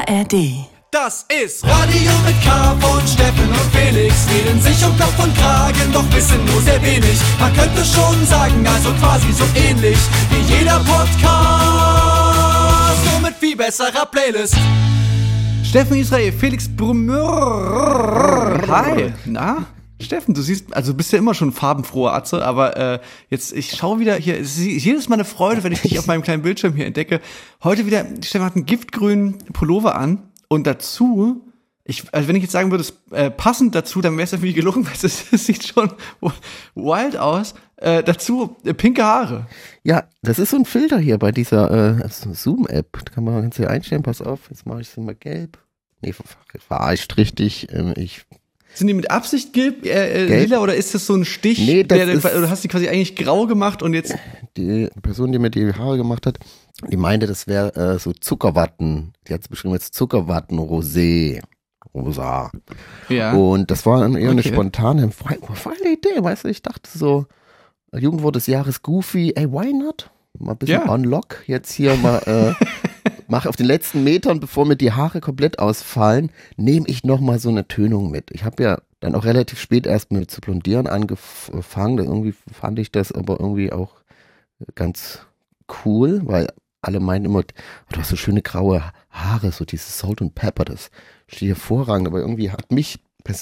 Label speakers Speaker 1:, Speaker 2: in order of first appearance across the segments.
Speaker 1: ARD.
Speaker 2: Das ist Radio mit K von Steffen und Felix. Reden sich um Kopf und Kragen, doch wissen nur sehr wenig. Man könnte schon sagen, also quasi so ähnlich wie jeder Podcast, nur mit viel besserer Playlist.
Speaker 3: Steffen Israel, Felix Brummer. Hi. Na? Steffen, du siehst, also du bist ja immer schon farbenfrohe Atze, aber jetzt, ich schaue wieder hier, es ist jedes Mal eine Freude, wenn ich dich auf meinem kleinen Bildschirm hier entdecke. Heute wieder, Steffen hat einen giftgrünen Pullover an und dazu, also wenn ich jetzt sagen würde, passend dazu, dann wäre es irgendwie gelungen, weil es sieht schon wild aus. Dazu pinke Haare.
Speaker 4: Ja, das ist so ein Filter hier bei dieser Zoom-App. Da kann man ganz hier einstellen, pass auf, jetzt mache ich es mal gelb. Nee, verarscht richtig,
Speaker 3: Sind die mit Absicht gelb, lila, oder ist das so ein Stich?
Speaker 4: Nee,
Speaker 3: oder hast du die quasi eigentlich grau gemacht und jetzt...
Speaker 4: Die Person, die mir die Haare gemacht hat, die meinte, das wäre so Zuckerwatten. Die hat es beschrieben als Zuckerwatten-Rosé. Rosa.
Speaker 3: Ja.
Speaker 4: Und das war dann eher eine spontane, feine Idee, weißt du, ich dachte so, Jugendwort des Jahres Goofy, ey, why not? Mal ein bisschen Unlock, jetzt hier mal, mach auf den letzten Metern, bevor mir die Haare komplett ausfallen, nehme ich nochmal so eine Tönung mit. Ich habe ja dann auch relativ spät erst mit zu blondieren angefangen, irgendwie fand ich das aber irgendwie auch ganz cool, weil alle meinen immer, du hast so schöne graue Haare, so dieses Salt and Pepper, das steht hervorragend, aber irgendwie hat mich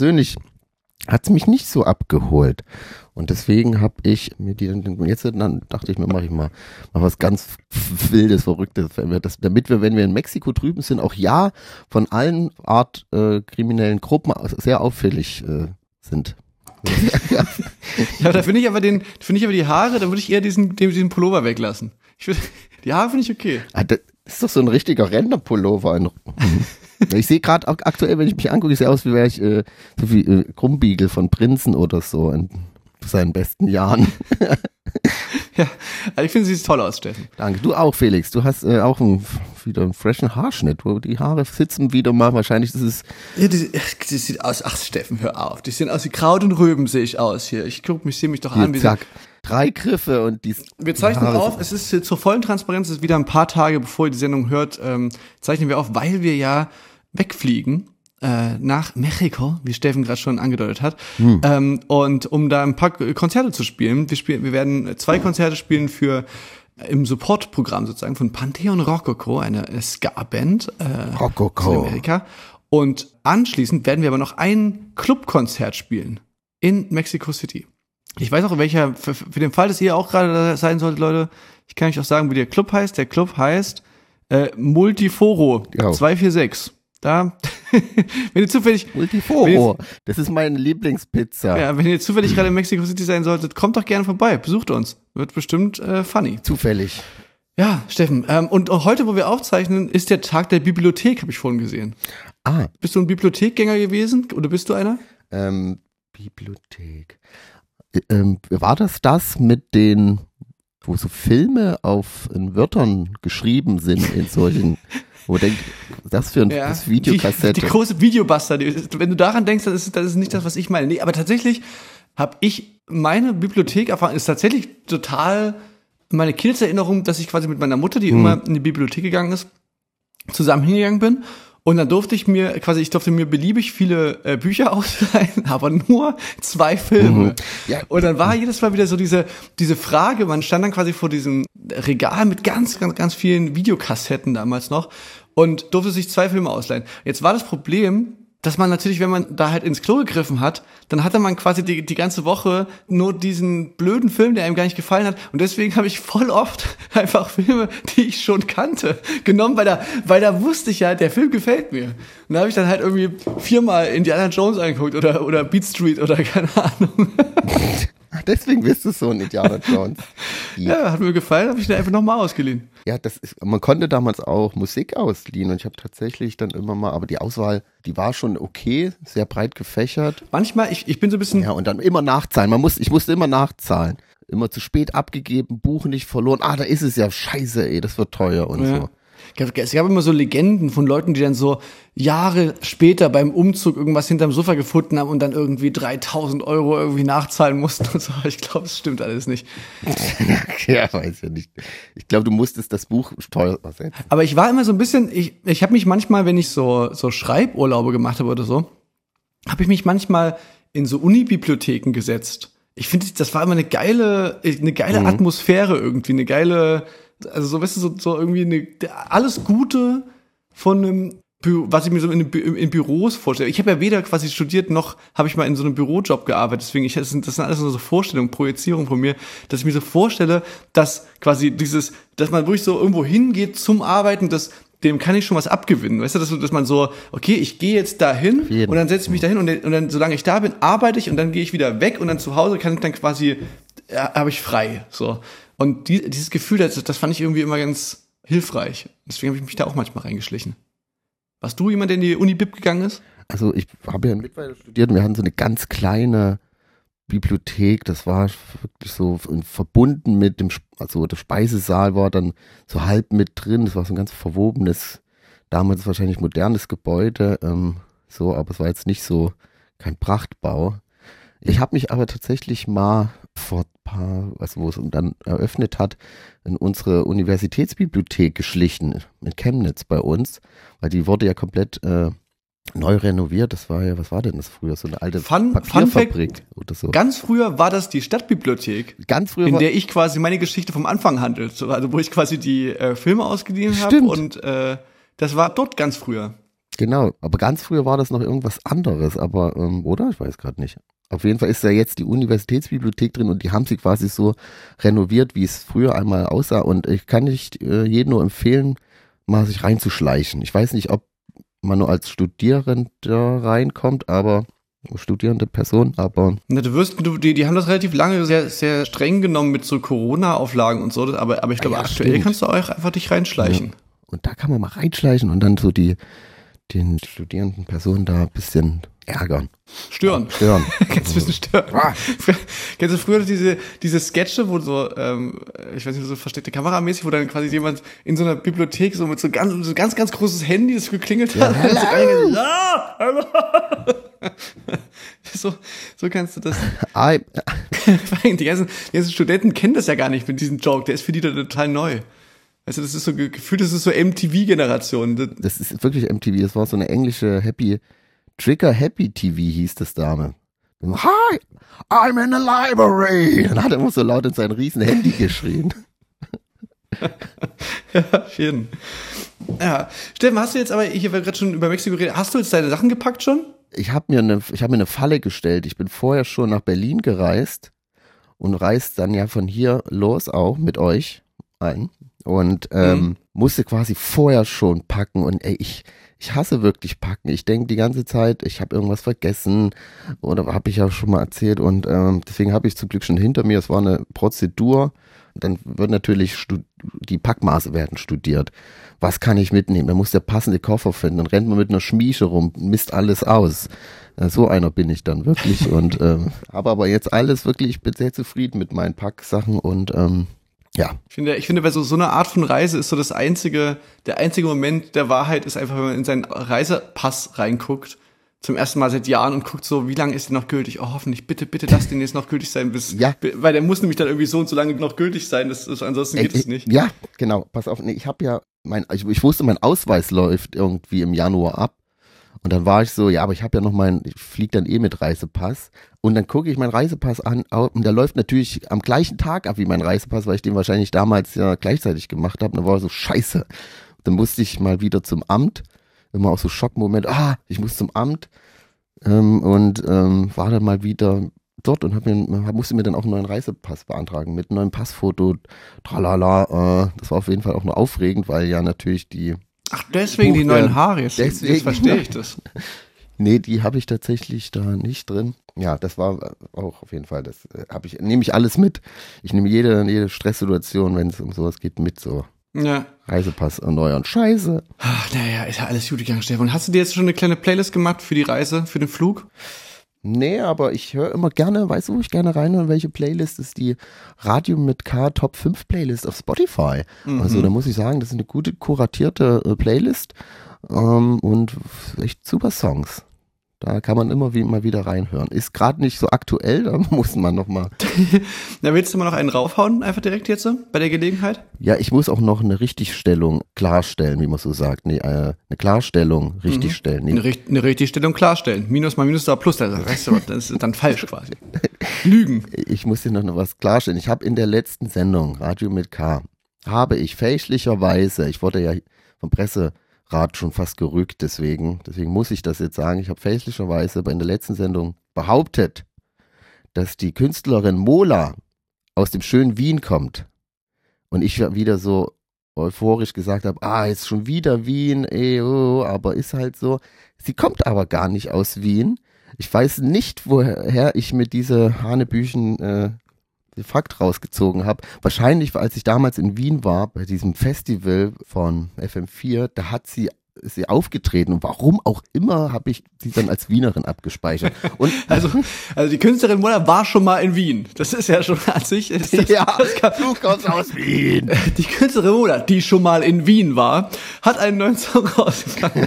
Speaker 4: nicht so abgeholt. Und deswegen habe ich mir dann dachte ich mir, mach ich mal was ganz Wildes, Verrücktes, damit wir, wenn wir in Mexiko drüben sind, auch von allen Art kriminellen Gruppen sehr auffällig sind.
Speaker 3: Ja, da finde ich aber die Haare, da würde ich eher diesen Pullover weglassen. Die Haare finde ich okay.
Speaker 4: Das ist doch so ein richtiger Rentnerpullover. Ich sehe gerade aktuell, wenn ich mich angucke, sehe aus, wie wäre ich so wie Krumbiegel von Prinzen oder so in seinen besten Jahren.
Speaker 3: Ja, also ich finde, sie sieht toll aus, Steffen.
Speaker 4: Danke. Du auch, Felix. Du hast auch wieder einen freshen Haarschnitt, wo die Haare sitzen wieder mal. Wahrscheinlich ist es...
Speaker 3: Ja, die sieht aus... Ach, Steffen, hör auf. Die sehen aus wie Kraut und Rüben, sehe ich aus hier. Sehe mich doch an.
Speaker 4: Zack. 3 Griffe und die...
Speaker 3: Wir zeichnen auf, es ist zur vollen Transparenz, es ist wieder ein paar Tage, bevor ihr die Sendung hört, zeichnen wir auf, weil wir ja wegfliegen nach Mexiko, wie Steffen gerade schon angedeutet hat, und um da ein paar Konzerte zu spielen. Wir werden 2 Konzerte spielen im Support-Programm sozusagen von Pantheon Rococó, eine Ska-Band aus Amerika. Und anschließend werden wir aber noch ein Clubkonzert spielen in Mexico City. Ich weiß auch, welcher, für den Fall, dass ihr auch gerade da sein solltet, Leute, ich kann euch auch sagen, wie der Club heißt. Der Club heißt Multiforo 246. Da, wenn ihr zufällig...
Speaker 4: Multiforo, das ist meine Lieblingspizza.
Speaker 3: Ja, wenn ihr zufällig gerade in Mexico City sein solltet, kommt doch gerne vorbei, besucht uns. Wird bestimmt funny.
Speaker 4: Zufällig.
Speaker 3: Ja, Steffen, und heute, wo wir aufzeichnen, ist der Tag der Bibliothek, habe ich vorhin gesehen.
Speaker 4: Ah.
Speaker 3: Bist du ein Bibliothekgänger gewesen oder bist du einer?
Speaker 4: Bibliothek. War das mit den, wo so Filme in Wörtern geschrieben sind, in solchen, wo denkt, das für das Videokassette.
Speaker 3: Die große Videobuster, wenn du daran denkst, das ist nicht das, was ich meine. Nee, aber tatsächlich habe ich, meine Bibliothekerfahrung ist tatsächlich total meine Kindheitserinnerung, dass ich quasi mit meiner Mutter, die immer in die Bibliothek gegangen ist, zusammen hingegangen bin. Und dann durfte ich mir beliebig viele Bücher ausleihen, aber nur 2 Filme. Ja. Und dann war jedes Mal wieder so diese Frage, man stand dann quasi vor diesem Regal mit ganz, ganz, ganz vielen Videokassetten damals noch und durfte sich 2 Filme ausleihen. Jetzt war das Problem, dass man natürlich, wenn man da halt ins Klo gegriffen hat, dann hatte man quasi die ganze Woche nur diesen blöden Film, der einem gar nicht gefallen hat. Und deswegen habe ich voll oft einfach Filme, die ich schon kannte, genommen, weil da wusste ich ja, der Film gefällt mir. Und da habe ich dann halt irgendwie 4-mal Indiana Jones angeguckt oder Beat Street oder keine Ahnung.
Speaker 4: Deswegen bist du so ein Indiana Jones.
Speaker 3: Ja, hat mir gefallen, habe ich den einfach nochmal ausgeliehen.
Speaker 4: Ja, man konnte damals auch Musik ausleihen und ich habe tatsächlich dann immer mal, aber die Auswahl, die war schon okay, sehr breit gefächert.
Speaker 3: Manchmal, ich bin so ein bisschen...
Speaker 4: Ja, und dann immer nachzahlen, ich musste immer nachzahlen. Immer zu spät abgegeben, Buch nicht verloren, da ist es ja, scheiße ey, das wird teuer und so.
Speaker 3: Es gab immer so Legenden von Leuten, die dann so Jahre später beim Umzug irgendwas hinterm Sofa gefunden haben und dann irgendwie 3.000 € irgendwie nachzahlen mussten und so. Ich glaube, es stimmt alles nicht.
Speaker 4: Ja, weiß ja nicht. Ich glaube, du musstest das Buch teuer ersetzen.
Speaker 3: Aber ich war immer so ein bisschen, ich habe mich manchmal, wenn ich so Schreiburlaube gemacht habe oder so, habe ich mich manchmal in so Unibibliotheken gesetzt. Ich finde, das war immer eine geile Atmosphäre irgendwie, eine geile, also so, weißt du, so irgendwie alles Gute von einem was ich mir so in Büros vorstelle. Ich habe ja weder quasi studiert, noch habe ich mal in so einem Bürojob gearbeitet. Deswegen, das sind alles so Vorstellungen, Projizierungen von mir, dass ich mir so vorstelle, dass quasi dass man wirklich so irgendwo hingeht zum Arbeiten, dem kann ich schon was abgewinnen. Weißt du, dass man so, okay, ich gehe jetzt dahin und dann setze ich mich dahin und dann, solange ich da bin, arbeite ich und dann gehe ich wieder weg und dann zu Hause kann ich dann quasi, habe ich frei. So. Und dieses Gefühl, das fand ich irgendwie immer ganz hilfreich. Deswegen habe ich mich da auch manchmal reingeschlichen. Warst du jemand, der in die Uni-Bib gegangen ist?
Speaker 4: Also ich habe ja in Mittweida studiert und wir hatten so eine ganz kleine Bibliothek, das war wirklich so verbunden mit also der Speisesaal war dann so halb mit drin, das war so ein ganz verwobenes, damals wahrscheinlich modernes Gebäude, aber es war jetzt nicht so, kein Prachtbau. Ich habe mich aber tatsächlich mal vor wo es dann eröffnet hat, in unsere Universitätsbibliothek geschlichen, in Chemnitz bei uns, weil die wurde ja komplett neu renoviert. Das war ja, was war denn das früher? So eine alte Papierfabrik oder so.
Speaker 3: Ganz früher war das die Stadtbibliothek, in der ich quasi meine Geschichte vom Anfang handelt, also wo ich quasi die Filme ausgeliehen habe und das war dort ganz früher.
Speaker 4: Genau, aber ganz früher war das noch irgendwas anderes, aber, oder? Ich weiß gerade nicht. Auf jeden Fall ist da jetzt die Universitätsbibliothek drin und die haben sie quasi so renoviert, wie es früher einmal aussah und ich kann nicht jedem nur empfehlen, mal sich reinzuschleichen. Ich weiß nicht, ob man nur als Studierender reinkommt, aber studierende Person, aber...
Speaker 3: Na, die haben das relativ lange sehr, sehr streng genommen mit so Corona-Auflagen und so, aber ich glaube, aktuell kannst du auch einfach dich reinschleichen.
Speaker 4: Ja. Und da kann man mal reinschleichen und dann so den studierenden Personen da ein bisschen ärgern.
Speaker 3: Stören. Ganz ein bisschen stören. Kennst du früher diese Sketche, wo so, ich weiß nicht, so versteckte Kameramäßig, wo dann quasi jemand in so einer Bibliothek so mit so ganz ganzes Handy, das geklingelt hat. Ja, hallo. So kannst du das. Die ganzen Studenten kennen das ja gar nicht mit diesem Joke. Der ist für die da total neu. Also das ist so gefühlt, das ist so MTV-Generation.
Speaker 4: Das ist wirklich MTV. Das war so eine englische Trigger Happy TV hieß das Dame. Hi, I'm in the library. Dann hat er immer so laut in sein riesen Handy geschrien.
Speaker 3: Ja, schön. Ja, Steffen, hast du jetzt aber, ich habe gerade schon über Mexiko geredet, hast du jetzt deine Sachen gepackt schon?
Speaker 4: Ich habe mir eine Falle gestellt. Ich bin vorher schon nach Berlin gereist und reist dann ja von hier los auch mit euch ein. Und musste quasi vorher schon packen und ich hasse wirklich packen. Ich denke die ganze Zeit, ich habe irgendwas vergessen oder habe ich ja schon mal erzählt und deswegen habe ich zum Glück schon hinter mir, es war eine Prozedur, dann wird natürlich die Packmaße werden studiert. Was kann ich mitnehmen? Da muss der passende Koffer finden, dann rennt man mit einer Schmiesche rum, misst alles aus. So einer bin ich dann wirklich und habe aber jetzt alles wirklich, ich bin sehr zufrieden mit meinen Packsachen und ja.
Speaker 3: Ich finde, bei so einer Art von Reise ist so der einzige Moment der Wahrheit ist einfach, wenn man in seinen Reisepass reinguckt, zum ersten Mal seit Jahren und guckt so, wie lange ist der noch gültig? Oh, hoffentlich, bitte lass den jetzt noch gültig sein, weil der muss nämlich dann irgendwie so und so lange noch gültig sein, ansonsten geht es nicht.
Speaker 4: Ja, genau, pass auf, ich habe ja, ich wusste, mein Ausweis läuft irgendwie im Januar ab. Und dann war ich so, ja, aber ich habe ja noch ich fliege dann mit Reisepass. Und dann gucke ich meinen Reisepass an und der läuft natürlich am gleichen Tag ab wie mein Reisepass, weil ich den wahrscheinlich damals ja gleichzeitig gemacht habe. Und dann war ich so, scheiße. Dann musste ich mal wieder zum Amt. Immer auch so Schockmoment, ich muss zum Amt. War dann mal wieder dort und musste mir dann auch einen neuen Reisepass beantragen mit einem neuen Passfoto. Tralala. Das war auf jeden Fall auch nur aufregend, weil ja natürlich die...
Speaker 3: Ach, deswegen die neuen Haare, jetzt verstehe ich das.
Speaker 4: Nee, die habe ich tatsächlich da nicht drin. Ja, das war auch auf jeden Fall, nehme ich alles mit. Ich nehme jede Stresssituation, wenn es um sowas geht, mit so.
Speaker 3: Ja.
Speaker 4: Reisepass erneuern. Scheiße.
Speaker 3: Ach, naja, ist ja alles gut gegangen, Stefan. Und hast du dir jetzt schon eine kleine Playlist gemacht für die Reise, für den Flug?
Speaker 4: Nee, aber ich höre immer gerne, weißt du, wo ich gerne reinhöre, welche Playlist ist die Radio mit K Top 5 Playlist auf Spotify. Also da muss ich sagen, das ist eine gute kuratierte Playlist und echt super Songs. Da kann man immer mal wieder reinhören. Ist gerade nicht so aktuell, da muss man nochmal.
Speaker 3: Na, willst du mal noch einen raufhauen, einfach direkt jetzt so, bei der Gelegenheit?
Speaker 4: Ja, ich muss auch noch eine Richtigstellung klarstellen, wie man so sagt. Nee, eine Klarstellung richtigstellen. Nee.
Speaker 3: Eine Richtigstellung klarstellen. Minus mal Minus da Plus, das ist dann falsch quasi. Lügen.
Speaker 4: Ich muss dir noch was klarstellen. Ich habe in der letzten Sendung, Radio mit K, habe ich fälschlicherweise, ich wurde ja vom Presserat schon fast gerügt, deswegen muss ich das jetzt sagen, ich habe fälschlicherweise in der letzten Sendung behauptet, dass die Künstlerin Mola aus dem schönen Wien kommt. Und ich wieder so euphorisch gesagt habe, jetzt schon wieder Wien, aber ist halt so. Sie kommt aber gar nicht aus Wien. Ich weiß nicht, woher ich mit dieser Hanebüchen Fakt rausgezogen habe. Wahrscheinlich, als ich damals in Wien war, bei diesem Festival von FM4, da ist sie aufgetreten und warum auch immer habe ich sie dann als Wienerin abgespeichert. Und
Speaker 3: also die Künstlerin Mola war schon mal in Wien. Das ist ja schon an sich.
Speaker 4: Du kommst aus Wien.
Speaker 3: Die Künstlerin Mola, die schon mal in Wien war, hat einen neuen Song rausgegangen.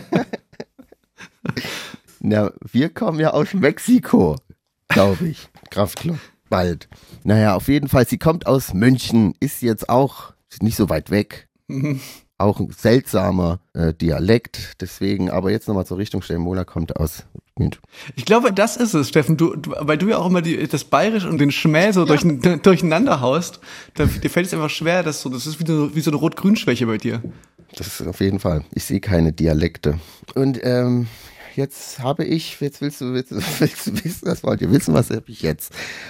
Speaker 4: Na, wir kommen ja aus Mexiko, glaube ich. Kraftklub. Bald. Naja, auf jeden Fall, sie kommt aus München, ist jetzt auch nicht so weit weg. Auch ein seltsamer Dialekt, deswegen, aber jetzt nochmal zur Richtung stellen, Mola kommt aus München.
Speaker 3: Ich glaube, das ist es, Steffen, weil du ja auch immer das Bayerisch und den Schmäh so durcheinander haust, dir fällt es einfach schwer, das ist wie so eine Rot-Grün-Schwäche bei dir.
Speaker 4: Das ist auf jeden Fall, ich sehe keine Dialekte. Und jetzt willst du wissen, was wollt ihr wissen, was habe ich jetzt?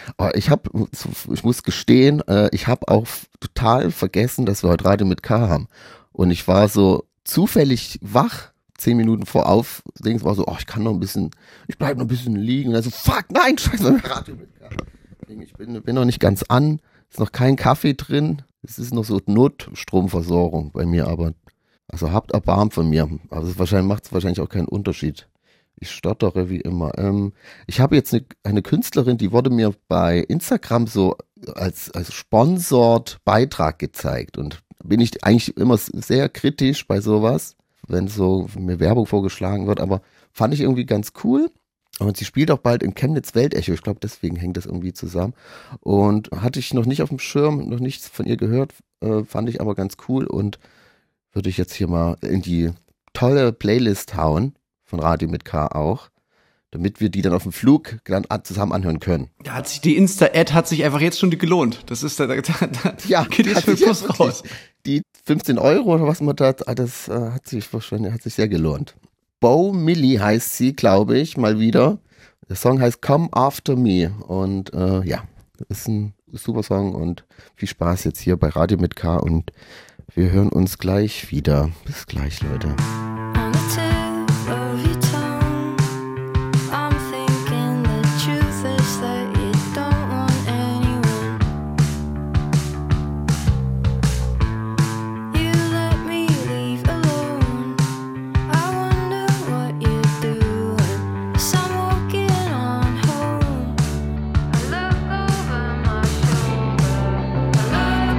Speaker 4: Ich muss gestehen, ich habe auch total vergessen, dass wir heute Radio mit K haben. Und ich war so zufällig wach, 10 Minuten vor Auflegen, war so, ich bleib noch ein bisschen liegen. Und dann so, fuck, nein, scheiße, Radio mit K. Ich bin noch nicht ganz an, ist noch kein Kaffee drin, es ist noch so Notstromversorgung bei mir, aber also habt Erbarm von mir. Also macht es wahrscheinlich auch keinen Unterschied. Ich stottere wie immer. Ich habe jetzt eine Künstlerin, die wurde mir bei Instagram so als Sponsored Beitrag gezeigt. Und bin ich eigentlich immer sehr kritisch bei sowas, wenn so mir Werbung vorgeschlagen wird. Aber fand ich irgendwie ganz cool. Und sie spielt auch bald in Chemnitz Weltecho. Ich glaube, deswegen hängt das irgendwie zusammen. Und hatte ich noch nicht auf dem Schirm, noch nichts von ihr gehört. Fand ich aber ganz cool und würde ich jetzt hier mal in die tolle Playlist hauen. Von Radio mit K auch, damit wir die dann auf dem Flug zusammen anhören können.
Speaker 3: Da hat sich die Insta-Ad einfach jetzt schon gelohnt. Das ist da geht jetzt für Plus raus.
Speaker 4: Die 15 € oder was man da, das hat sich sehr gelohnt. Bo Millie heißt sie, glaube ich, mal wieder. Der Song heißt Come After Me und ist ein super Song und viel Spaß jetzt hier bei Radio mit K und wir hören uns gleich wieder. Bis gleich, Leute.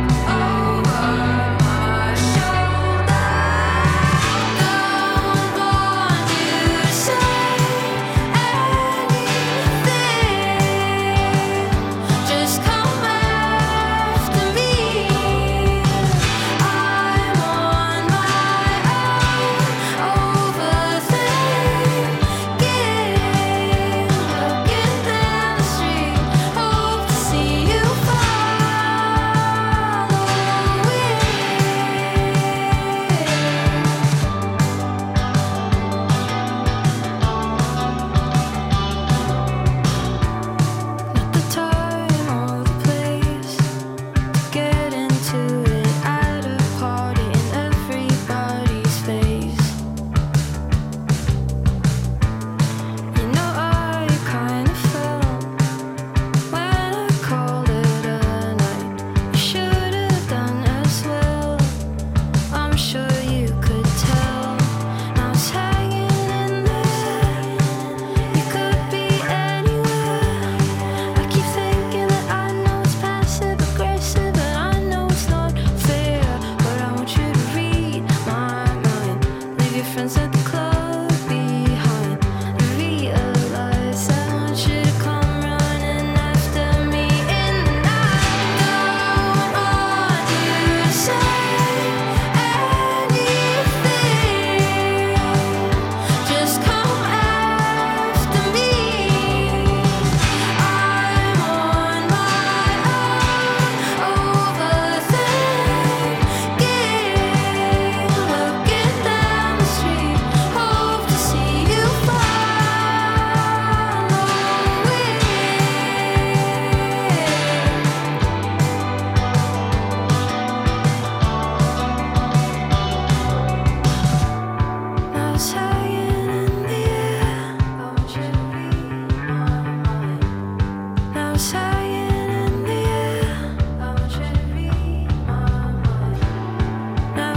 Speaker 1: Over my shoulder.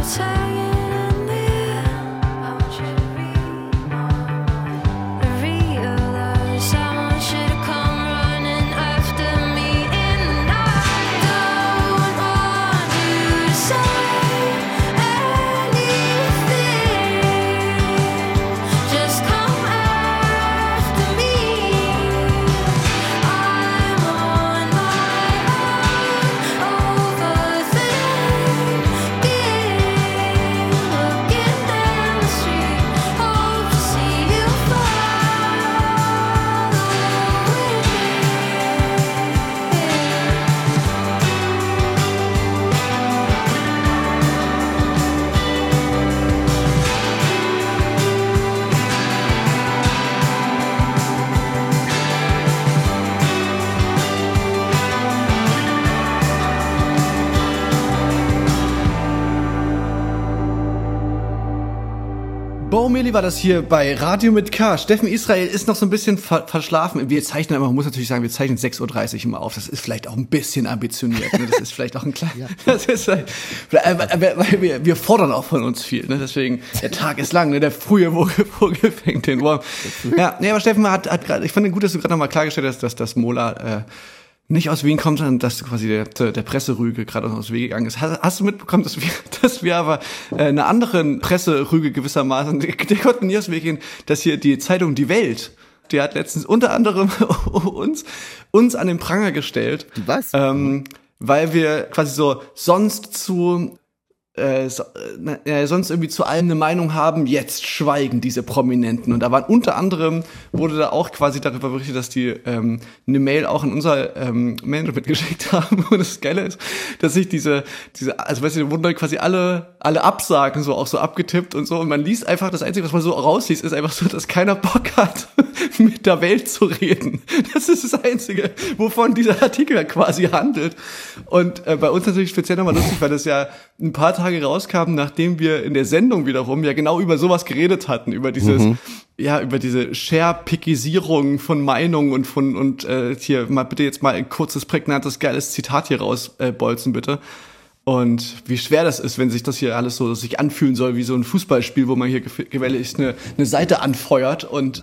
Speaker 3: Bo Meli war das hier bei Radio mit K. Steffen Israel ist noch so ein bisschen verschlafen. Wir zeichnen, aber man muss natürlich sagen, wir zeichnen 6:30 Uhr immer auf. Das ist vielleicht auch ein bisschen ambitioniert. Ne? Das ist vielleicht auch ein kleiner. Ja. Das ist weil wir fordern auch von uns viel. Ne? Deswegen, der Tag ist lang, ne? Der frühe Vogel fängt den Wurm. Ja, nee, aber Steffen hat gerade, ich fand es gut, dass du gerade nochmal klargestellt hast, dass das Mola nicht aus Wien kommt, sondern dass quasi der Presserüge gerade aus Wien gegangen ist. Hast du mitbekommen, dass wir aber eine anderen Presserüge gewissermaßen, der konnte nie aus Wien gehen, dass hier die Zeitung Die Welt, die hat letztens unter anderem uns an den Pranger gestellt.
Speaker 4: Die was?
Speaker 3: Weil wir quasi so sonst sonst irgendwie zu allem eine Meinung haben, jetzt schweigen diese Prominenten. Und da waren unter anderem, wurde da auch quasi darüber berichtet, dass die eine Mail auch an unser Management geschickt haben. Und das Geile ist, dass sich diese, also weißt du, da wurden dann quasi alle Absagen so auch so abgetippt und so. Und man liest einfach, das Einzige, was man so rausliest, ist einfach so, dass keiner Bock hat, mit der Welt zu reden. Das ist das Einzige, wovon dieser Artikel quasi handelt. Und bei uns natürlich speziell nochmal lustig, weil das ja ein paar Tage rauskam, nachdem wir in der Sendung wiederum ja genau über sowas geredet hatten, über dieses, über diese Share-Pickisierung von Meinungen und hier mal bitte jetzt mal ein kurzes, prägnantes, geiles Zitat hier rausbolzen, bitte. Und wie schwer das ist, wenn sich das hier alles so sich anfühlen soll, wie so ein Fußballspiel, wo man hier gewählt eine Seite anfeuert und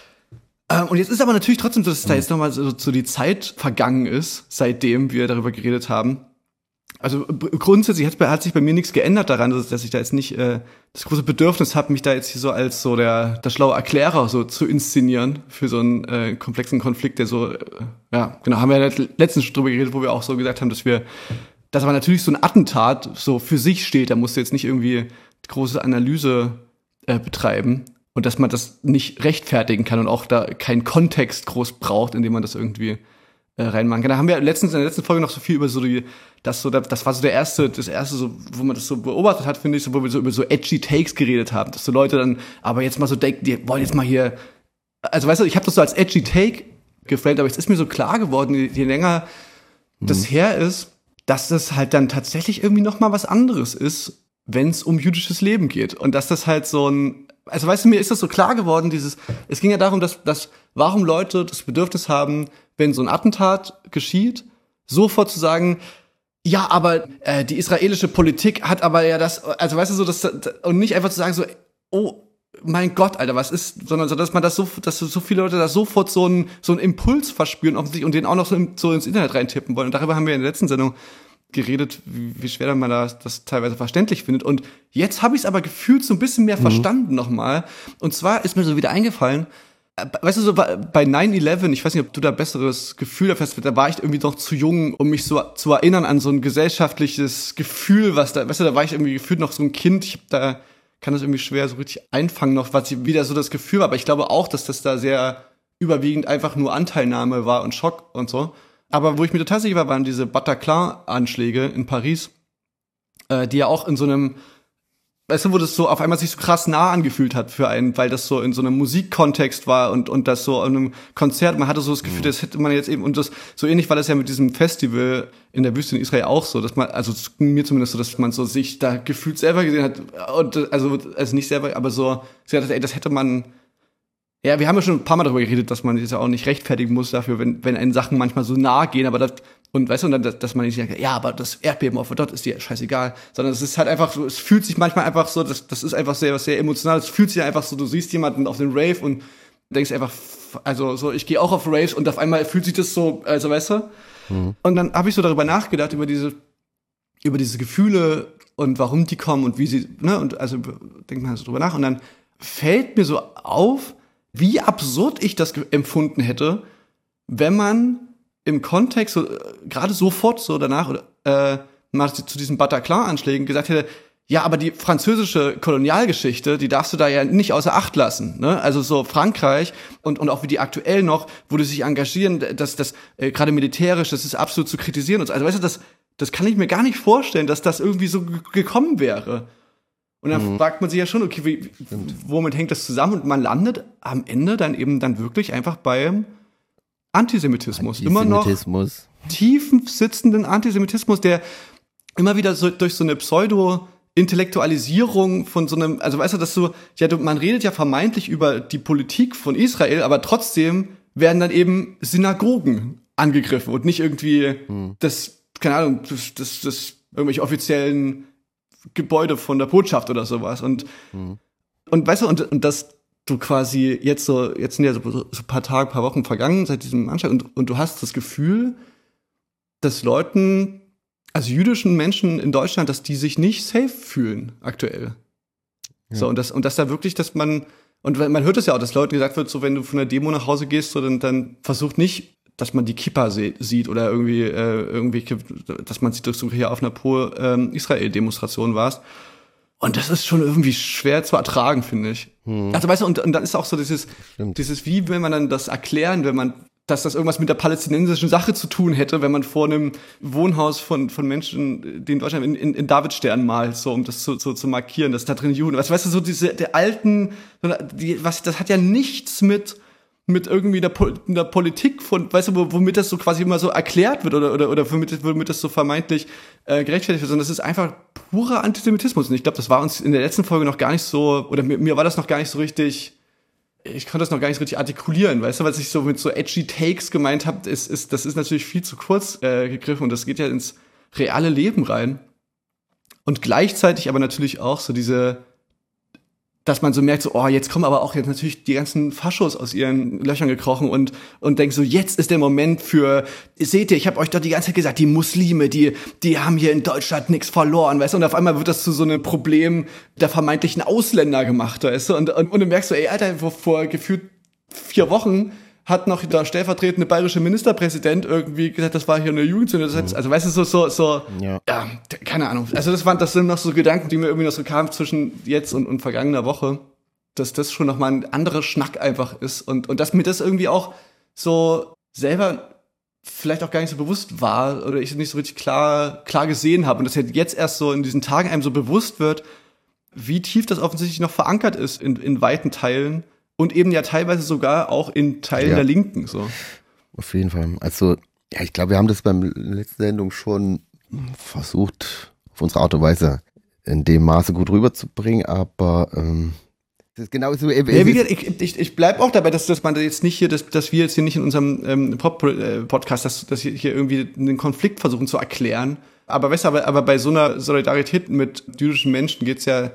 Speaker 3: jetzt ist aber natürlich trotzdem so, dass da jetzt nochmal so die Zeit vergangen ist, seitdem wir darüber geredet haben. Also grundsätzlich hat sich bei mir nichts geändert daran, dass ich da jetzt nicht das große Bedürfnis habe, mich da jetzt hier so als so der schlaue Erklärer so zu inszenieren für so einen komplexen Konflikt, der so, haben wir ja letztens schon drüber geredet, wo wir auch so gesagt haben, dass aber natürlich so ein Attentat so für sich steht, da musst du jetzt nicht irgendwie große Analyse betreiben und dass man das nicht rechtfertigen kann und auch da keinen Kontext groß braucht, in dem man das irgendwie reinmachen kann. Da haben wir in der letzten Folge noch so viel über so das war so das erste so, wo man das so beobachtet hat, finde ich, so, wo wir so über so edgy Takes geredet haben, dass so Leute dann aber jetzt mal so denken, die wollen jetzt mal hier, also weißt du, ich habe das so als edgy Take gefällt, aber jetzt ist mir so klar geworden, je länger das her ist, dass das halt dann tatsächlich irgendwie noch mal was anderes ist, wenn es um jüdisches Leben geht und dass das halt so ein, also weißt du, mir ist das so klar geworden, es ging ja darum, dass warum Leute das Bedürfnis haben, wenn so ein Attentat geschieht, sofort zu sagen, ja, aber die israelische Politik hat aber ja das, also weißt du so, und nicht einfach zu sagen so, oh mein Gott, Alter, was ist, sondern so, dass so viele Leute da sofort so einen Impuls verspüren offensichtlich und den auch noch so ins Internet reintippen wollen. Und darüber haben wir in der letzten Sendung geredet, wie schwer man das teilweise verständlich findet. Und jetzt habe ich es aber gefühlt so ein bisschen mehr verstanden nochmal. Und zwar ist mir so wieder eingefallen, weißt du, so bei 9/11, ich weiß nicht, ob du da besseres Gefühl dafür hast, da war ich irgendwie noch zu jung, um mich so zu erinnern an so ein gesellschaftliches Gefühl, da war ich irgendwie gefühlt noch so ein Kind, kann das irgendwie schwer so richtig einfangen noch, was wieder so das Gefühl war, aber ich glaube auch, dass das da sehr überwiegend einfach nur Anteilnahme war und Schock und so. Aber wo ich mir total sicher war, waren diese Bataclan-Anschläge in Paris, die ja auch in so einem, weißt du, wo das so auf einmal sich so krass nah angefühlt hat für einen, weil das so in so einem Musikkontext war und das so in einem Konzert, man hatte so das Gefühl, das hätte man jetzt eben, und das so ähnlich war das ja mit diesem Festival in der Wüste in Israel auch so, dass man, also mir zumindest so, dass man so sich da gefühlt selber gesehen hat, und also nicht selber, aber so, ey, das hätte man, wir haben ja schon ein paar Mal darüber geredet, dass man das ja auch nicht rechtfertigen muss dafür, wenn einen Sachen manchmal so nahe gehen, aber Und weißt du, und dann, dass man nicht sagt, ja, aber das Erdbeben auf der Dot ist dir scheißegal, sondern es ist halt einfach so, es fühlt sich manchmal einfach so, das ist einfach sehr, sehr emotional, es fühlt sich einfach so, du siehst jemanden auf dem Rave und denkst einfach, also so, ich gehe auch auf Raves und auf einmal fühlt sich das so, also weißt du? Und dann habe ich so darüber nachgedacht, über diese Gefühle und warum die kommen und wie sie, ne, und also denkt man so drüber nach und dann fällt mir so auf, wie absurd ich das empfunden hätte, wenn man im Kontext, so, gerade sofort so danach, mal zu diesen Bataclan-Anschlägen gesagt hätte, ja, aber die französische Kolonialgeschichte, die darfst du da ja nicht außer Acht lassen, ne? Also so Frankreich und auch wie die aktuell noch, wo die sich engagieren, das gerade militärisch, das ist absolut zu kritisieren und so. Also weißt du, das kann ich mir gar nicht vorstellen, dass das irgendwie so gekommen wäre. Und dann fragt man sich ja schon, okay, womit hängt das zusammen? Und man landet am Ende dann eben dann wirklich einfach beim Antisemitismus. Immer noch tiefen sitzenden Antisemitismus, der immer wieder so durch so eine Pseudo-Intellektualisierung von so einem, also weißt du, dass man redet ja vermeintlich über die Politik von Israel, aber trotzdem werden dann eben Synagogen angegriffen und nicht irgendwie das, keine Ahnung, das irgendwelche offiziellen Gebäude von der Botschaft oder sowas. Und weißt du, und dass du quasi jetzt sind ja so ein paar Wochen vergangen seit diesem Anschlag und du hast das Gefühl, dass Leuten, also jüdischen Menschen in Deutschland, dass die sich nicht safe fühlen aktuell. Ja. So, und dass da wirklich, dass man hört es ja auch, dass Leuten gesagt wird, so wenn du von der Demo nach Hause gehst, so dann versucht nicht, dass man die Kippa sieht oder irgendwie, dass man sieht, dass du hier auf einer Pro-Israel-Demonstration warst. Und das ist schon irgendwie schwer zu ertragen, finde ich. Also weißt du, und dann ist auch so dieses, wie will man dann das erklären, dass das irgendwas mit der palästinensischen Sache zu tun hätte, wenn man vor einem Wohnhaus von Menschen, die in Deutschland in Davidstern malt, so um das zu markieren, dass da drin Juden, weißt du, so der alten, das hat ja nichts mit irgendwie der Politik von, weißt du, womit das so quasi immer so erklärt wird oder womit das so vermeintlich gerechtfertigt wird, sondern das ist einfach purer Antisemitismus. Und ich glaube, das war uns in der letzten Folge noch gar nicht so, oder mir war das noch gar nicht so richtig, ich konnte das noch gar nicht so richtig artikulieren, weißt du, was ich so mit so edgy Takes gemeint habe, das ist natürlich viel zu kurz gegriffen und das geht ja ins reale Leben rein. Und gleichzeitig aber natürlich auch so dass man so merkt, so, oh, jetzt kommen aber auch jetzt natürlich die ganzen Faschos aus ihren Löchern gekrochen und denken so, jetzt ist der Moment seht ihr, ich habe euch doch die ganze Zeit gesagt, die Muslime, die haben hier in Deutschland nichts verloren, weißt du, und auf einmal wird das zu so einem Problem der vermeintlichen Ausländer gemacht, weißt du, und du merkst so, ey, Alter, vor gefühlt 4 Wochen hat noch der stellvertretende bayerische Ministerpräsident irgendwie gesagt, das war hier eine Jugendsünde. Das heißt, also weißt du, so ja, keine Ahnung. Also das sind noch so Gedanken, die mir irgendwie noch so kamen zwischen jetzt und vergangener Woche, dass das schon nochmal ein anderer Schnack einfach ist und dass mir das irgendwie auch so selber vielleicht auch gar nicht so bewusst war oder ich es nicht so richtig klar gesehen habe und dass jetzt erst so in diesen Tagen einem so bewusst wird, wie tief das offensichtlich noch verankert ist in weiten Teilen. Und eben ja teilweise sogar auch in Teilen der Linken. So.
Speaker 4: Auf jeden Fall. Also, ja, ich glaube, wir haben das beim letzten Sendung schon versucht, auf unsere Art und Weise in dem Maße gut rüberzubringen, aber das ist genau so.
Speaker 3: Ja, wie gesagt, ich bleib auch dabei, dass man jetzt nicht hier, dass wir jetzt hier nicht in unserem Podcast, dass hier irgendwie einen Konflikt versuchen zu erklären. Aber weißt du, aber bei so einer Solidarität mit jüdischen Menschen geht's ja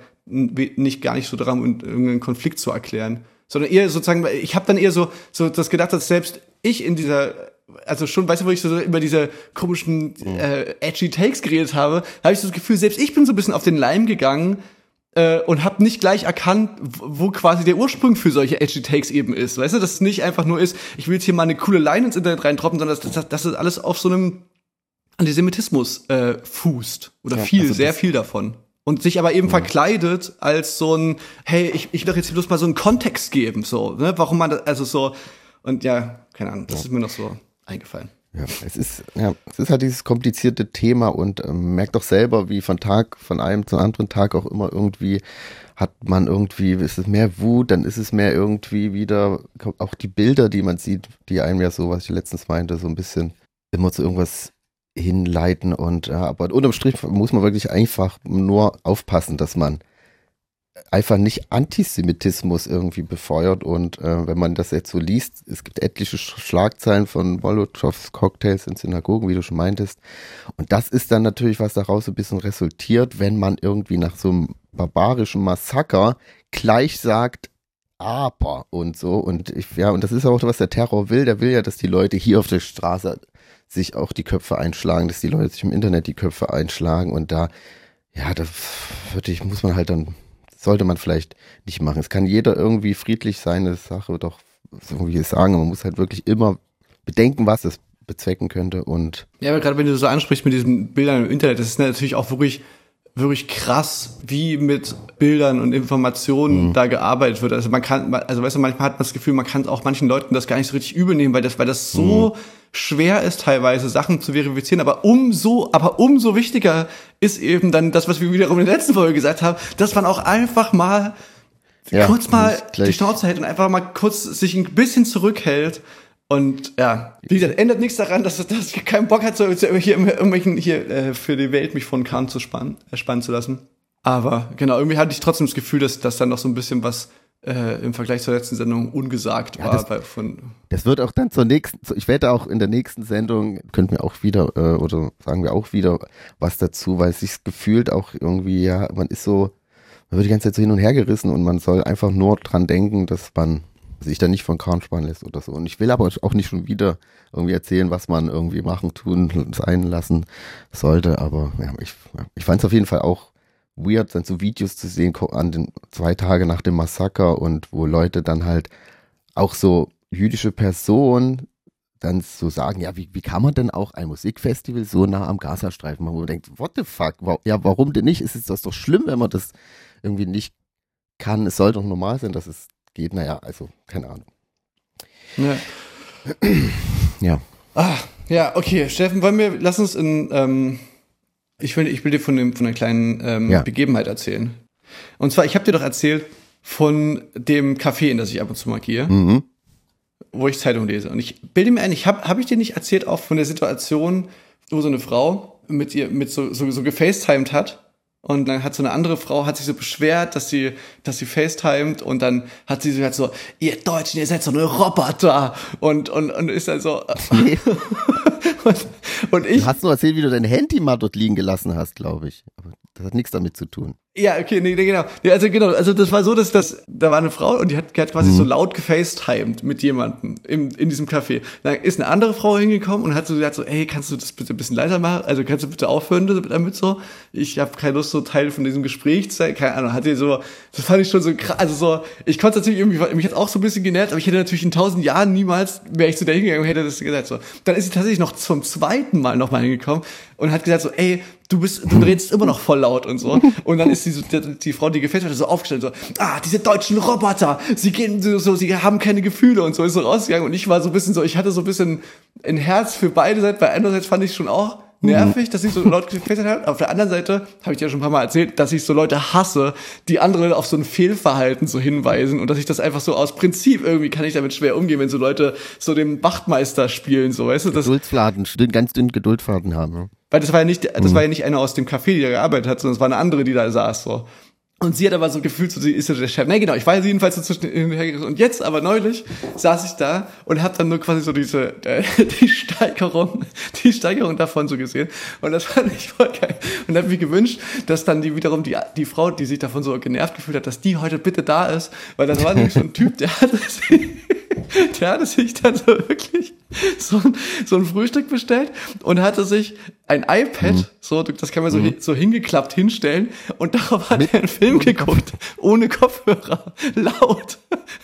Speaker 3: gar nicht so darum, irgendeinen Konflikt zu erklären. Sondern eher sozusagen, ich habe dann eher so das gedacht, dass selbst ich in dieser, also schon, weißt du, wo ich so über diese komischen edgy Takes geredet habe ich so das Gefühl, selbst ich bin so ein bisschen auf den Leim gegangen und habe nicht gleich erkannt, wo quasi der Ursprung für solche edgy Takes eben ist. Weißt du, dass es nicht einfach nur ist, ich will jetzt hier mal eine coole Line ins Internet reindroppen, sondern dass das alles auf so einem Antisemitismus fußt. Oder sehr viel davon. Und sich aber eben verkleidet als so ein, hey, ich will doch jetzt bloß mal so einen Kontext geben, so, ne, warum man das, also so, und ja, keine Ahnung, das ist mir noch so eingefallen.
Speaker 4: Ja, es ist halt dieses komplizierte Thema und merkt doch selber, wie von einem zum anderen Tag auch immer irgendwie ist es mehr Wut, dann ist es mehr irgendwie wieder, auch die Bilder, die man sieht, die einem ja so, was ich letztens meinte, so ein bisschen immer zu irgendwas hinleiten und aber unterm Strich muss man wirklich einfach nur aufpassen, dass man einfach nicht Antisemitismus irgendwie befeuert. Und wenn man das jetzt so liest, es gibt etliche Schlagzeilen von Molotows Cocktails in Synagogen, wie du schon meintest. Und das ist dann natürlich, was daraus so ein bisschen resultiert, wenn man irgendwie nach so einem barbarischen Massaker gleich sagt, aber und so. Und und das ist auch, was der Terror will. Der will ja, dass die Leute hier auf der Straße sich auch die Köpfe einschlagen, dass die Leute sich im Internet die Köpfe einschlagen. Und da, muss man halt dann, sollte man vielleicht nicht machen. Es kann jeder irgendwie friedlich seine Sache doch irgendwie sagen. Man muss halt wirklich immer bedenken, was es bezwecken könnte. Und
Speaker 3: ja, aber gerade wenn du so ansprichst mit diesen Bildern im Internet, das ist natürlich auch wirklich krass, wie mit Bildern und Informationen da gearbeitet wird. Also manchmal hat man das Gefühl, man kann auch manchen Leuten das gar nicht so richtig übel nehmen, weil das so schwer ist, teilweise Sachen zu verifizieren. Aber umso wichtiger ist eben dann das, was wir wiederum in der letzten Folge gesagt haben, dass man auch einfach mal kurz mal die Schnauze hält und einfach mal kurz sich ein bisschen zurückhält. Und wie gesagt, ändert nichts daran, dass ich keinen Bock hat, hier für die Welt mich von Kahn spannen zu lassen. Aber genau, irgendwie hatte ich trotzdem das Gefühl, dass dann noch so ein bisschen was im Vergleich zur letzten Sendung ungesagt war.
Speaker 4: Das wird auch dann ich werde auch in der nächsten Sendung, könnten wir auch wieder, oder sagen wir auch wieder was dazu, weil es sich gefühlt auch irgendwie, man wird die ganze Zeit so hin und her gerissen und man soll einfach nur dran denken, dass man sich dann nicht von Kahn spannen lässt oder so. Und ich will aber auch nicht schon wieder irgendwie erzählen, was man irgendwie machen, tun, sein lassen sollte. Aber ich fand es auf jeden Fall auch weird, dann so Videos zu sehen an den 2 Tage nach dem Massaker und wo Leute dann halt auch so jüdische Personen dann so sagen, wie kann man denn auch ein Musikfestival so nah am Gazastreifen machen, wo man denkt, what the fuck, warum denn nicht? Ist das doch schlimm, wenn man das irgendwie nicht kann? Es soll doch normal sein, dass es geht, also, keine Ahnung.
Speaker 3: Ja. Okay, Steffen, lass uns ich will dir von einer kleinen Begebenheit erzählen. Und zwar, ich habe dir doch erzählt von dem Café, in das ich ab und zu mal gehe, wo ich Zeitung lese. Und ich bilde mir ein, hab ich dir nicht erzählt auch von der Situation, wo so eine Frau mit so gefacetimed hat? Und dann hat so eine andere Frau, hat sich so beschwert, dass sie facetimed und dann hat sie gesagt so, ihr Deutschen, ihr seid so eine Roboter und ist dann so, und ich.
Speaker 4: Du hast nur erzählt, wie du dein Handy mal dort liegen gelassen hast, glaube ich. Aber das hat nichts damit zu tun.
Speaker 3: Ja, okay, nee, genau. Ja, also das war so, dass da war eine Frau und die hat quasi so laut gefacetimed mit jemandem in diesem Café. Dann ist eine andere Frau hingekommen und hat so gesagt so, ey, kannst du das bitte ein bisschen leiser machen? Also kannst du bitte aufhören damit so? Ich habe keine Lust, so Teil von diesem Gespräch zu sein. Keine Ahnung, hat die so, das fand ich schon so krass. Also so, ich konnte natürlich irgendwie, mich hat auch so ein bisschen genervt, aber ich hätte natürlich in 1000 Jahren niemals, wäre ich zu der hingegangen und hätte das gesagt so. Dann ist sie tatsächlich noch zum zweiten Mal nochmal hingekommen und hat gesagt so, ey, du redest immer noch voll laut und so. Und dann ist die Frau, die gefällt hat, so aufgestellt, so, diese deutschen Roboter, sie haben keine Gefühle und so, ist so rausgegangen. Und ich war so ein bisschen so, ich hatte so ein bisschen ein Herz für beide Seiten, weil einerseits fand ich schon auch nervig, dass sie so laut gefällt hat. Auf der anderen Seite, habe ich dir ja schon ein paar Mal erzählt, dass ich so Leute hasse, die andere auf so ein Fehlverhalten so hinweisen und dass ich das einfach so aus Prinzip irgendwie kann ich damit schwer umgehen, wenn so Leute so den Wachtmeister spielen, so, weißt du?
Speaker 4: Geduldsfaden, ganz dünn Geduldfaden haben, ja.
Speaker 3: Weil das war ja nicht eine aus dem Café, die da gearbeitet hat, sondern es war eine andere, die da saß, so. Und sie hat aber so gefühlt, so, sie ist ja der Chef. Nee, genau, ich war jedenfalls so zwischen hin und her gerissen. Und jetzt, aber neulich, saß ich da und hab dann nur quasi so die Steigerung davon so gesehen. Und das fand ich voll geil. Und hab mir gewünscht, dass dann die Frau, die sich davon so genervt gefühlt hat, dass die heute bitte da ist. Weil das war nämlich so ein Typ, der hatte sich dann so wirklich so ein Frühstück bestellt und hatte sich ein iPad, so, das kann man so hingeklappt hinstellen und darauf hat er einen Film geguckt, ohne Kopfhörer, laut.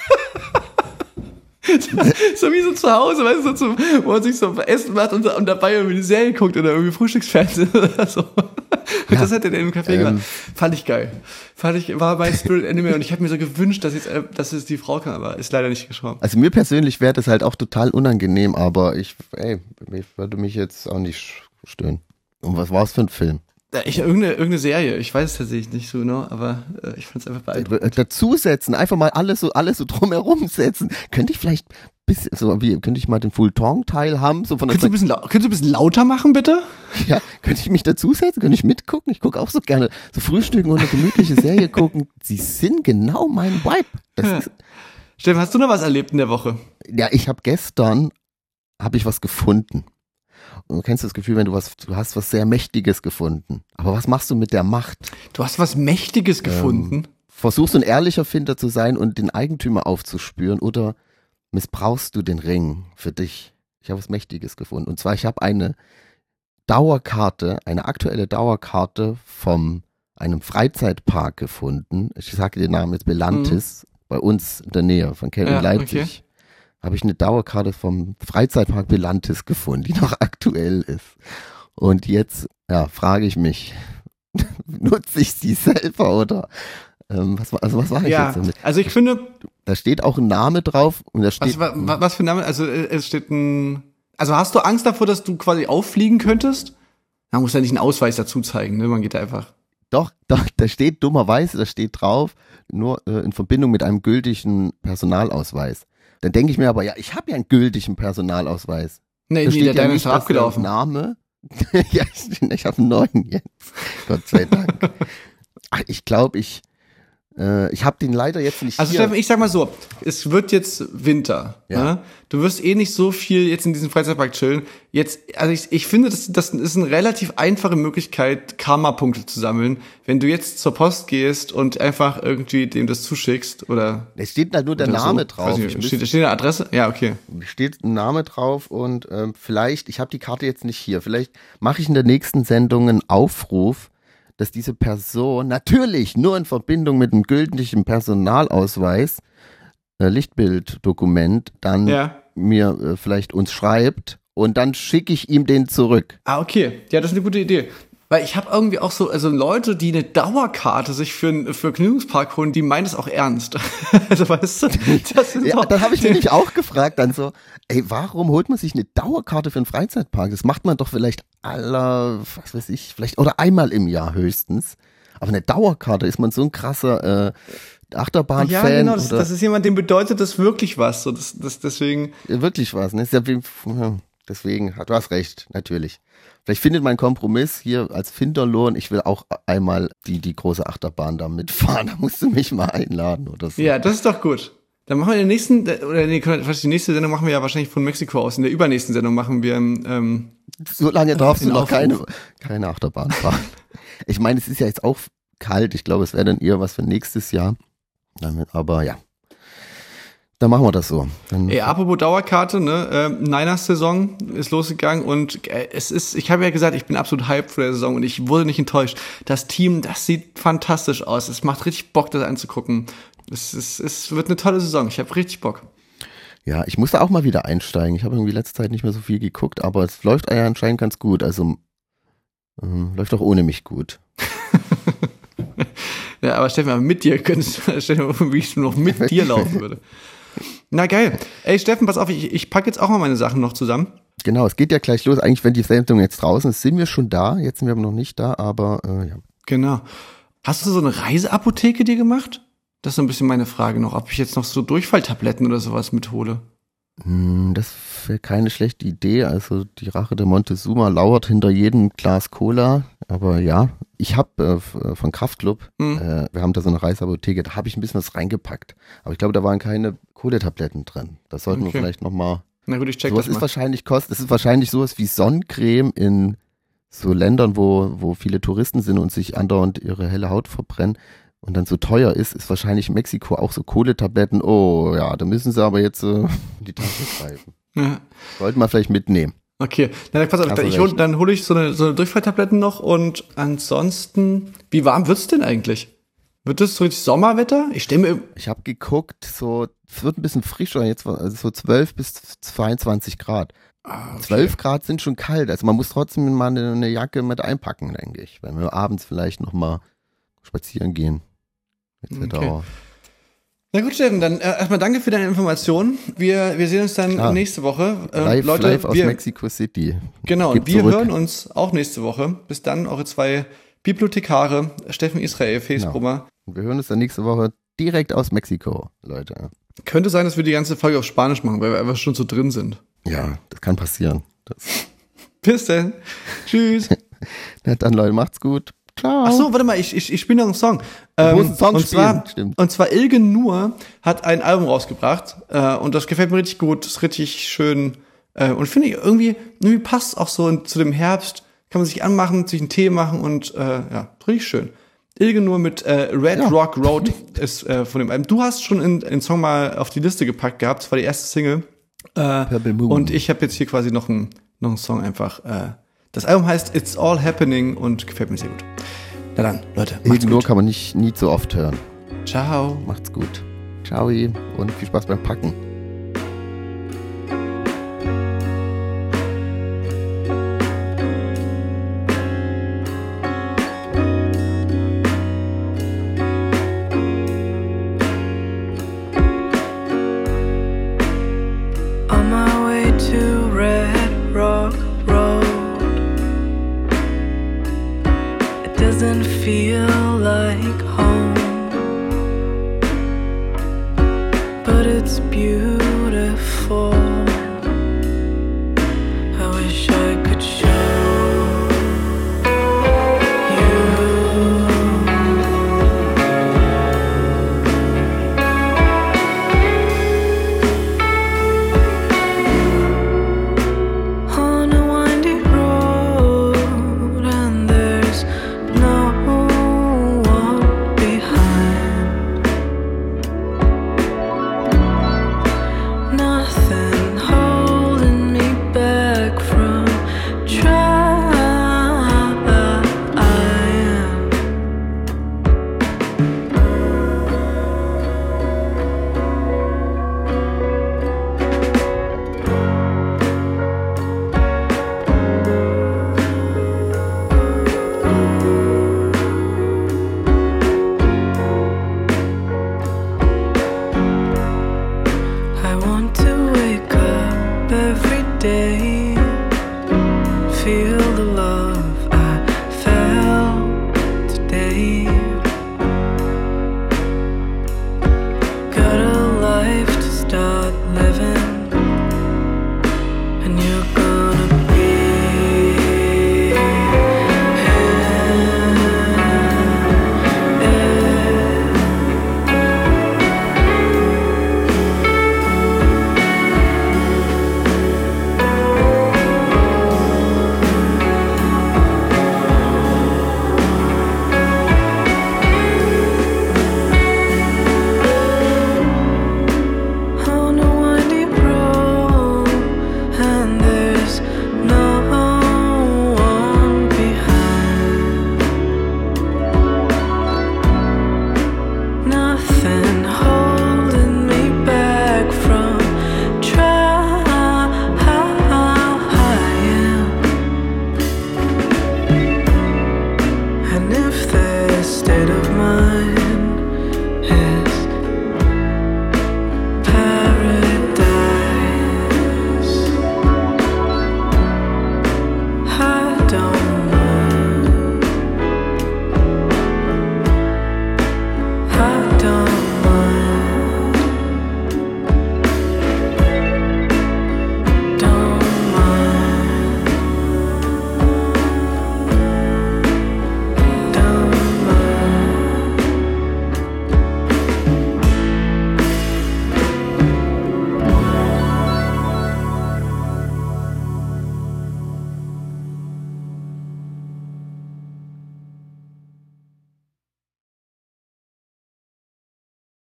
Speaker 3: So wie so zu Hause, weißt du, so wo man sich so Essen macht und dabei irgendwie eine Serie guckt oder irgendwie Frühstücksfernsehen oder so. Und das hat er in dem Café gemacht. Fand ich geil. War mein Spirit Anime und ich habe mir so gewünscht, dass es die Frau kann, aber ist leider nicht geschehen.
Speaker 4: Also mir persönlich wäre das halt auch total unangenehm, aber ich würde mich jetzt auch nicht stören. Und was war es für ein Film?
Speaker 3: Irgendeine Serie, ich weiß es tatsächlich nicht so genau, aber ich fand es einfach beeindruckend.
Speaker 4: Dazusetzen, einfach mal alles so drumherum setzen. Könnte ich vielleicht bisschen, so wie, könnte ich mal den Full-Tong-Teil haben? So von der
Speaker 3: Könntest du ein bisschen lauter machen, bitte?
Speaker 4: Ja, könnte ich mich dazusetzen? Könnte ich mitgucken? Ich gucke auch so gerne so Frühstücken und eine gemütliche Serie gucken. Sie sind genau mein Vibe.
Speaker 3: Steffen, hast du noch was erlebt in der Woche?
Speaker 4: Ja, ich habe gestern was gefunden. Und du kennst das Gefühl, wenn du hast was sehr Mächtiges gefunden. Aber was machst du mit der Macht?
Speaker 3: Du hast was Mächtiges gefunden?
Speaker 4: Versuchst du ein ehrlicher Finder zu sein und den Eigentümer aufzuspüren oder missbrauchst du den Ring für dich? Ich habe was Mächtiges gefunden. Und zwar, ich habe eine aktuelle Dauerkarte von einem Freizeitpark gefunden. Ich sage den Namen jetzt Belantis, bei uns in der Nähe von Köln und Leipzig. Okay. Habe ich eine Dauerkarte vom Freizeitpark Belantis gefunden, die noch aktuell ist. Und jetzt, frage ich mich, nutze ich sie selber oder was mache ich jetzt damit?
Speaker 3: Also ich finde...
Speaker 4: Da steht auch ein Name drauf. Und da steht,
Speaker 3: was für ein Name? Also es steht also hast du Angst davor, dass du quasi auffliegen könntest? Man muss ja nicht einen Ausweis dazu zeigen, ne? Man geht da einfach...
Speaker 4: Doch, da steht dummerweise, da steht drauf, nur in Verbindung mit einem gültigen Personalausweis. Dann denke ich mir aber, ich habe ja einen gültigen Personalausweis.
Speaker 3: Nee, der deine ist abgelaufen.
Speaker 4: Name. Ja, ich habe einen neuen jetzt. Gott sei Dank. Ach, ich glaube, ich habe den leider jetzt nicht
Speaker 3: Also
Speaker 4: hier.
Speaker 3: Steffen, ich sag mal so, es wird jetzt Winter.
Speaker 4: Ja.
Speaker 3: Ne? Du wirst nicht so viel jetzt in diesem Freizeitpark chillen. Also ich finde, das ist eine relativ einfache Möglichkeit, Karma-Punkte zu sammeln, wenn du jetzt zur Post gehst und einfach irgendwie dem das zuschickst oder...
Speaker 4: Es steht da nur der Name drauf.
Speaker 3: Steht eine Adresse? Ja, okay.
Speaker 4: Steht ein Name drauf und vielleicht, ich habe die Karte jetzt nicht hier, vielleicht mache ich in der nächsten Sendung einen Aufruf, dass diese Person natürlich nur in Verbindung mit einem gültigen Personalausweis, Lichtbilddokument, dann mir vielleicht uns schreibt und dann schicke ich ihm den zurück.
Speaker 3: Ah, okay. Ja, das ist eine gute Idee. Weil ich habe irgendwie auch so, also Leute, die eine Dauerkarte sich für einen Vergnügungspark holen, die meinen es auch ernst. Also weißt du, das sind
Speaker 4: dann habe ich mich auch gefragt dann so, warum holt man sich eine Dauerkarte für einen Freizeitpark? Das macht man doch vielleicht vielleicht oder einmal im Jahr höchstens. Aber eine Dauerkarte, ist man so ein krasser Achterbahn-Fan?
Speaker 3: Ja, genau, das ist jemand, dem bedeutet das wirklich was. So, deswegen.
Speaker 4: Wirklich was, ne? Deswegen, du hast recht, natürlich. Vielleicht findet man einen Kompromiss hier als Finderlohn. Ich will auch einmal die große Achterbahn da mitfahren. Da musst du mich mal einladen oder so.
Speaker 3: Ja, das ist doch gut. Dann machen wir die nächste Sendung machen wir ja wahrscheinlich von Mexiko aus. In der übernächsten Sendung machen wir
Speaker 4: so lange darfst du noch keine Achterbahn fahren. Ich meine, es ist ja jetzt auch kalt. Ich glaube, es wäre dann eher was für nächstes Jahr. Aber ja. Dann machen wir das so.
Speaker 3: Apropos Dauerkarte, ne? Niners-Saison ist losgegangen und ich habe ja gesagt, ich bin absolut hyped vor der Saison und ich wurde nicht enttäuscht. Das Team, das sieht fantastisch aus. Es macht richtig Bock, das anzugucken. Es wird eine tolle Saison. Ich habe richtig Bock.
Speaker 4: Ja, ich musste auch mal wieder einsteigen. Ich habe irgendwie letzte Zeit nicht mehr so viel geguckt, aber es läuft ja anscheinend ganz gut. Also läuft auch ohne mich gut.
Speaker 3: Ja, aber Steffen, mit dir wie ich noch mit dir laufen würde. Na geil. Ey Steffen, pass auf, ich packe jetzt auch mal meine Sachen noch zusammen.
Speaker 4: Genau, es geht ja gleich los. Eigentlich, wenn die Sendung jetzt draußen ist, sind wir schon da. Jetzt sind wir aber noch nicht da, aber ja.
Speaker 3: Genau. Hast du so eine Reiseapotheke dir gemacht? Das ist so ein bisschen meine Frage noch, ob ich jetzt noch so Durchfalltabletten oder sowas mithole.
Speaker 4: Das wäre keine schlechte Idee. Also die Rache der Montezuma lauert hinter jedem Glas Cola. Aber ja, ich habe von Kraftklub, wir haben da so eine Reiseapotheke, da habe ich ein bisschen was reingepackt. Aber ich glaube, da waren keine Kohletabletten drin. Das sollten wir vielleicht nochmal.
Speaker 3: Na gut, ich check
Speaker 4: das mal. Das ist wahrscheinlich sowas wie Sonnencreme in so Ländern, wo viele Touristen sind und sich andauernd ihre helle Haut verbrennen. Und dann so teuer ist wahrscheinlich in Mexiko auch so Kohletabletten. Oh ja, da müssen sie aber jetzt in die Tasche greifen. Ja. Sollten wir vielleicht mitnehmen.
Speaker 3: Okay, dann pass auf, dann hole ich so eine Durchfalltabletten noch und ansonsten, wie warm wird's denn eigentlich? Wird das so richtig Sommerwetter? Ich
Speaker 4: habe geguckt, so, es wird ein bisschen frischer jetzt, also so 12 bis 22 Grad.
Speaker 3: Ah, okay.
Speaker 4: 12 Grad sind schon kalt, also man muss trotzdem mal eine Jacke mit einpacken, denke ich, wenn wir abends vielleicht nochmal spazieren gehen.
Speaker 3: Okay. Na gut, Steffen, dann erstmal danke für deine Informationen. Wir sehen uns dann nächste Woche.
Speaker 4: Live aus Mexico City.
Speaker 3: Genau, wir hören uns auch nächste Woche. Bis dann, eure zwei Bibliothekare, Steffen Israel, Facebrummer.
Speaker 4: Genau. Wir hören uns dann nächste Woche direkt aus Mexiko, Leute.
Speaker 3: Könnte sein, dass wir die ganze Folge auf Spanisch machen, weil wir einfach schon so drin sind.
Speaker 4: Ja, das kann passieren.
Speaker 3: Bis dann. Tschüss.
Speaker 4: Na dann, Leute, macht's gut. Ciao.
Speaker 3: Ach so, warte mal, ich spiele noch einen Song. Und zwar Ilgen Nur hat ein Album rausgebracht und das gefällt mir richtig gut, ist richtig schön und finde ich irgendwie passt auch so zu dem Herbst, kann man sich anmachen, sich einen Tee machen und richtig schön. Ilgen Nur mit Red Rock Road ist von dem Album. Du hast schon den Song mal auf die Liste gepackt gehabt, das war die erste Single. Und ich habe jetzt hier quasi noch einen Song einfach. Das Album heißt It's All Happening und gefällt mir sehr gut. Na dann, Leute, macht's gut.
Speaker 4: Nur kann man nie so oft hören.
Speaker 3: Ciao.
Speaker 4: Macht's gut. Ciao und viel Spaß beim Packen.
Speaker 1: On my way to Red Rock Road, it doesn't feel like home, but it's beautiful.